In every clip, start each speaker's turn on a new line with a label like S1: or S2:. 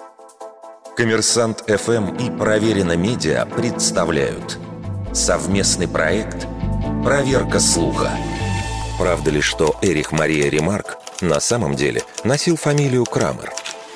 S1: Коммерсант ФМ и Проверено Медиа представляют совместный проект «Проверка слуха». Правда ли, что Эрих Мария Ремарк на самом деле носил фамилию Крамер?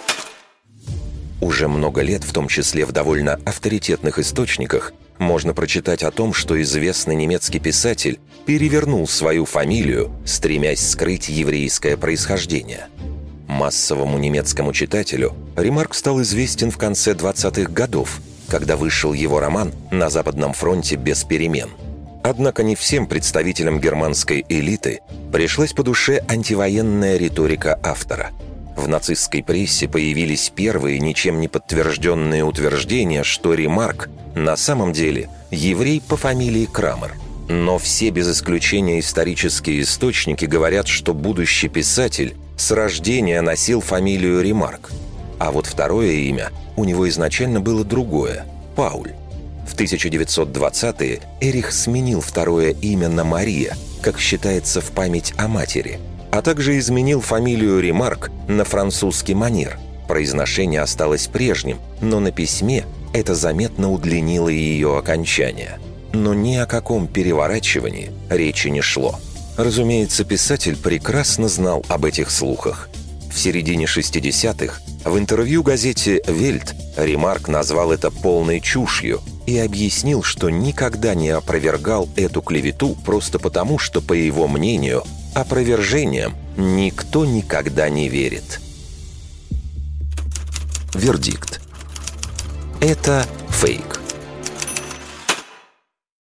S1: Уже много лет, в том числе в довольно авторитетных источниках, можно прочитать о том, что известный немецкий писатель перевернул свою фамилию, стремясь скрыть еврейское происхождение. Массовому немецкому читателю Ремарк стал известен в конце 20-х годов, когда вышел его роман «На Западном фронте без перемен». Однако не всем представителям германской элиты пришлась по душе антивоенная риторика автора. В нацистской прессе появились первые ничем не подтвержденные утверждения, что Ремарк на самом деле еврей по фамилии Крамер. Но все без исключения исторические источники говорят, что будущий писатель с рождения носил фамилию Ремарк. А вот второе имя у него изначально было другое – Пауль. В 1920-е Эрих сменил второе имя на Мария, как считается в память о матери, а также изменил фамилию Ремарк на французский манер. Произношение осталось прежним, но на письме это заметно удлинило ее окончание. Но ни о каком переворачивании речи не шло. Разумеется, писатель прекрасно знал об этих слухах. В середине 60-х в интервью газете «Вельт» Ремарк назвал это полной чушью и объяснил, что никогда не опровергал эту клевету просто потому, что, по его мнению, опровержениям никто никогда не верит. Вердикт. Это фейк.